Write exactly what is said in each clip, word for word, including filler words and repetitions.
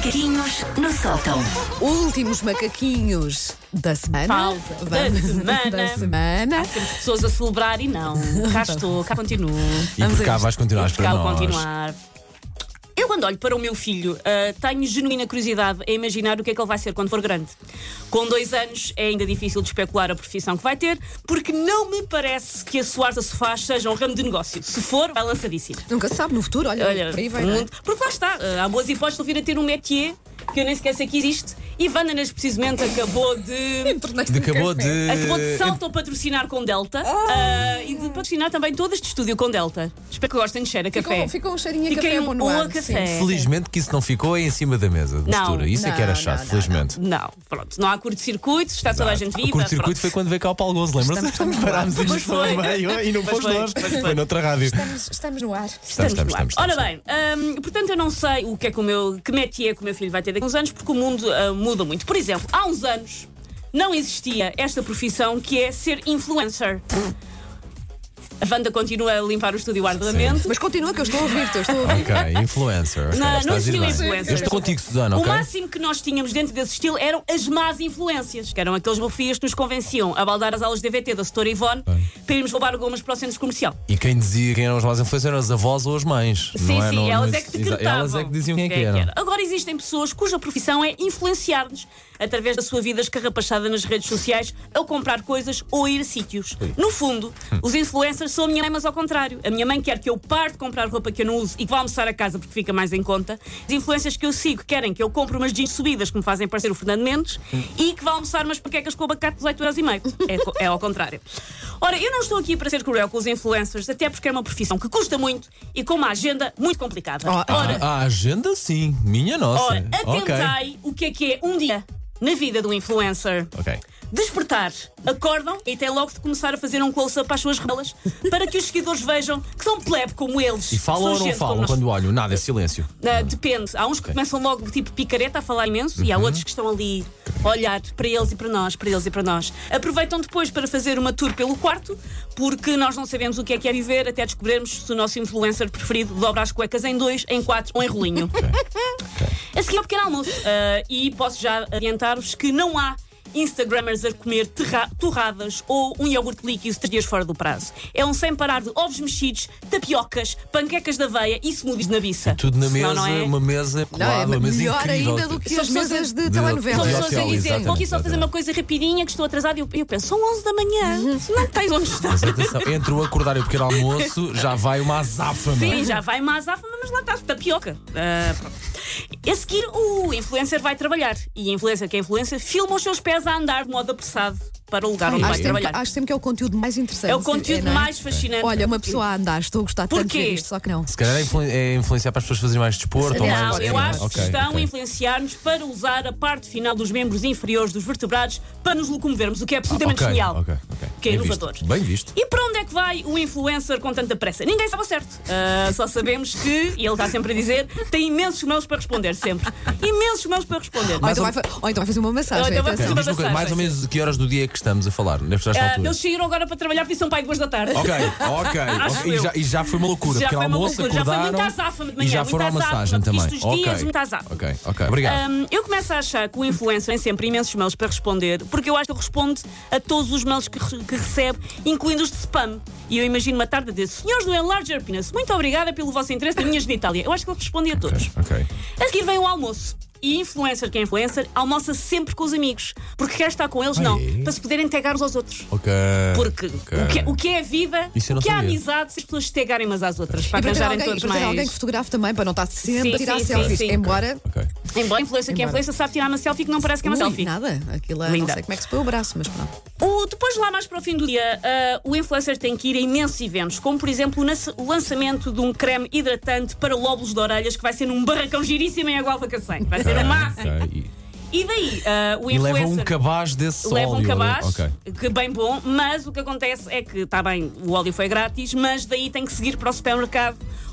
Macaquinhos no sótão. Últimos macaquinhos da semana. Pausa da semana. da semana. Há sempre pessoas a celebrar e não. Cá estou, cá continuo. E por cá vais continuar a Cá esperar vou nós. continuar. Eu, quando olho para o meu filho, uh, tenho genuína curiosidade a imaginar o que é que ele vai ser quando for grande. Com dois anos é ainda difícil de especular a profissão que vai ter, porque não me parece que a Soares a Sofás seja um ramo de negócio. Se for, vai lançadíssimo. Nunca se sabe no futuro, olha, Olha, por aí vai, o não é? mundo- porque lá está, uh, há boas hipóteses de ele vir a ter um métier que eu nem sequer sei que existe. E Wanda, neste precisamente, acabou de. Tornaste De um acabou café. de. Acabou de salto-patrocinar com Delta uh, e de patrocinar também todo este estúdio com Delta. Espero que gostem de cheiro a café. Ficou, ficou um cheirinho a Fiquei café um bom no boa ar. café. sim. Felizmente que isso não ficou em cima da mesa de Não. mistura. Isso é que era Não, chato, não, não, felizmente. Não, pronto, não há curto-circuito, está toda a gente viva. O curto-circuito foi pronto. quando veio cá o Paulo Gonzo, lembra-se? Estamos- estamos Parámos no ar. isto Pois no foi. meio e não Pois foste foi, nós. pois foi. Foi noutra rádio. Estamos, estamos no ar. Estamos, estamos, no ar. estamos, Ora estamos. bem, hum, portanto eu não sei o que é que o meu, que métier é que o meu filho vai ter daqui a uns anos, porque o mundo ah, muda muito. Por exemplo, há uns anos não existia esta profissão que é ser influencer. A Wanda continua a limpar o estúdio arduamente. Mas continua que eu estou a ouvir-te, eu estou a ouvir. Ok, influencer. ok, Não, não estás a ir existiu bem. influencer. Eu estou contigo, Susana, O ok? máximo que nós tínhamos dentro desse estilo eram as más influências, que eram aqueles rufias que nos convenciam a baldar as aulas de D V T da setora Ivone para irmos roubar gomas para o centro comercial. E quem dizia quem eram os mais influencers eram as avós ou as mães. Sim, não é? sim, Não- elas não- é que exa- decretavam. Elas é que diziam quem é que Quem é que era. era. Agora existem pessoas cuja profissão é influenciar-nos através da sua vida escarrapachada nas redes sociais a comprar coisas ou a ir a sítios. No fundo, os influencers são a minha mãe, mas ao contrário. A minha mãe quer que eu pare de comprar roupa que eu não uso e que vá almoçar a casa porque fica mais em conta. As influências que eu sigo querem que eu compre umas jeans subidas que me fazem parecer o Fernando Mendes e que vá almoçar umas panquecas com abacate por dezoito euros e meio. É, co- é ao contrário. Ora, eu não estou aqui para ser cruel com os influencers, até porque é uma profissão que custa muito e com uma agenda muito complicada. Oh, Ora, A agenda, sim. Minha nossa. Ora, Ok. atentai o que é que é um dia na vida do influencer. Ok. Despertar, acordam e têm logo de começar a fazer um close-up às suas rebelas para que os seguidores vejam que são plebe como eles. E falam São ou não gente como falam nós. quando olham? Nada, é silêncio. Ah, depende. Há uns que começam logo tipo picareta a falar imenso e há outros que estão ali a olhar para eles e para nós, para eles e para nós. Aproveitam depois para fazer uma tour pelo quarto, porque nós não sabemos o que é que é viver até descobrirmos se o nosso influencer preferido dobra as cuecas em dois, em quatro ou em rolinho. A seguir ao pequeno almoço. Ah, e posso já adiantar-vos que não há Instagrammers a comer terra- torradas ou um iogurte líquido três dias fora do prazo. É um sem parar de ovos mexidos, tapiocas, panquecas de aveia e smoothies na biça. Tudo na Senão mesa, não é? uma mesa Não, colada, é uma mesa melhor incrível. ainda do que São as pessoas mesas de de- São telenovelas. de pessoas a hotel, dizer, exatamente, vou aqui só fazer exatamente. uma coisa rapidinha que estou atrasada. E eu, eu penso, são onze da manhã. Não tens onde estar. Mas atenção, entre o acordar e o pequeno almoço já vai uma azáfama. Sim, já vai uma azáfama, mas lá está, tapioca. Ah, pronto. A seguir, o influencer vai trabalhar. E a influencer que é influencer filma os seus pés a andar de modo apressado para o lugar onde vai Acho sempre, trabalhar. acho sempre que é o conteúdo mais interessante. É o conteúdo não é? mais fascinante. Olha, uma pessoa a andar, estou a gostar tanto de Porquê? ver isto, só que não. Se calhar é, influ- é influenciar para as pessoas fazerem mais desporto ou Não, mais. eu acho que Ok, estão ok. a influenciar-nos para usar a parte final dos membros inferiores dos vertebrados para nos locomovermos, o que é absolutamente Ok, genial. ok, ok. Que é Bem inovador. visto, Bem visto. E para onde é que vai o influencer com tanta pressa? Ninguém sabe ao certo. Ah, só sabemos que, e ele está sempre a dizer, tem imensos mails para responder, sempre. Imensos mails para responder. Ou Mais então, ou- vai, fa- ou então vai fazer uma massagem. Ou então vai atenção. fazer uma Diz-me uma coisa, mais ou massagem. menos que horas do dia é que estamos a falar? Nesta Ah, altura. eles saíram agora para trabalhar porque são pai duas da tarde. Ok, ok. Acho ok. E, eu. já, e já foi uma loucura. Já Pequeno foi uma almoço, loucura, já foi acordaram muita azáfama de manhã, e já foram à muita massagem azáfama, também. isto os dias, Ok. muita azáfama. Ok, ok. Obrigado. Hum, eu começo a achar que o influencer tem sempre imensos mails para responder, porque eu acho que ele responde a todos os mails que, re- que recebe, incluindo os de spam. E eu imagino uma tarde a dizer: senhores do Enlarger Penis, muito obrigada pelo vosso interesse na minha genitália. Eu acho que ele responde a todos. Ok. A seguir vem o almoço. E influencer que é influencer almoça sempre com os amigos. Porque quer estar com eles, Ah, não. é? Para se poderem tagar uns aos outros. Ok. Porque ok. o, que, o que é a vida, Isso eu não o que é a sabia. amizade, se as pessoas se tagarem umas às outras. Para E para ter arranjarem alguém, todos para ter mais. alguém que fotografe também, para não estar sempre Sim, a tirar sim, sim, selfies. sim. Embora. Ok. Embora a influencer que é Embora. influencer sabe tirar uma selfie que não parece que é uma Ui, selfie. nada. Aquilo é, não Linda. sei como é que se põe o braço, mas pronto. O, depois, lá mais para o fim do dia, ah, o influencer tem que ir a imensos eventos, como por exemplo o, nas- o lançamento de um creme hidratante para lóbulos de orelhas que vai ser num barracão giríssimo em Agualva Cacém. Vai ser o máximo. Ok. E- E daí, ah, o E influencer. leva um cabaz desse Leva um óleo. cabaz, Ok. que bem bom, mas o que acontece é que, está bem, o óleo foi grátis, mas daí tem que seguir para o supermercado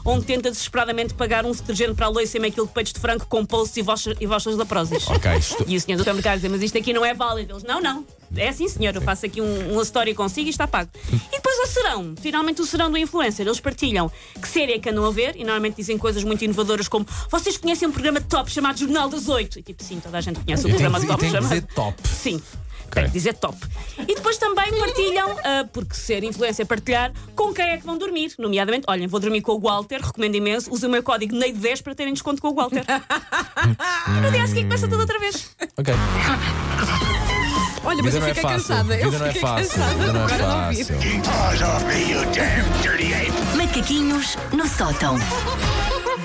onde tenta desesperadamente pagar um detergente para a louça e meio quilo de peitos de frango com posts e vouchers, e vouchers da Prozis. Ok, estou... E o senhor do supermercado diz, mas isto aqui não é válido. Eles, não, não. É assim, senhor, eu faço aqui um, uma história consigo e está pago. E depois o serão, finalmente o serão do influencer. Eles partilham que série é que andam a ver e normalmente dizem coisas muito inovadoras como vocês conhecem um programa de top chamado Jornal das Oito? E tipo, sim, toda a gente conhece o programa de top tem que chamado... dizer top. Sim. Okay. Tem que dizer top. E depois também partilham, uh, porque ser influência é partilhar, com quem é que vão dormir. Nomeadamente, olhem, vou dormir com o Walter, recomendo imenso, usa o meu código Neide dez para terem desconto com o Walter. E no dia a seguir começa tudo outra vez. Ok. Olha, mas Vida eu não é fiquei fácil. cansada. Eu Vida não é fiquei fácil. cansada. Vida não é Agora não vi. fácil. Paws off me, you damn dirty ape! Macaquinhos no sótão.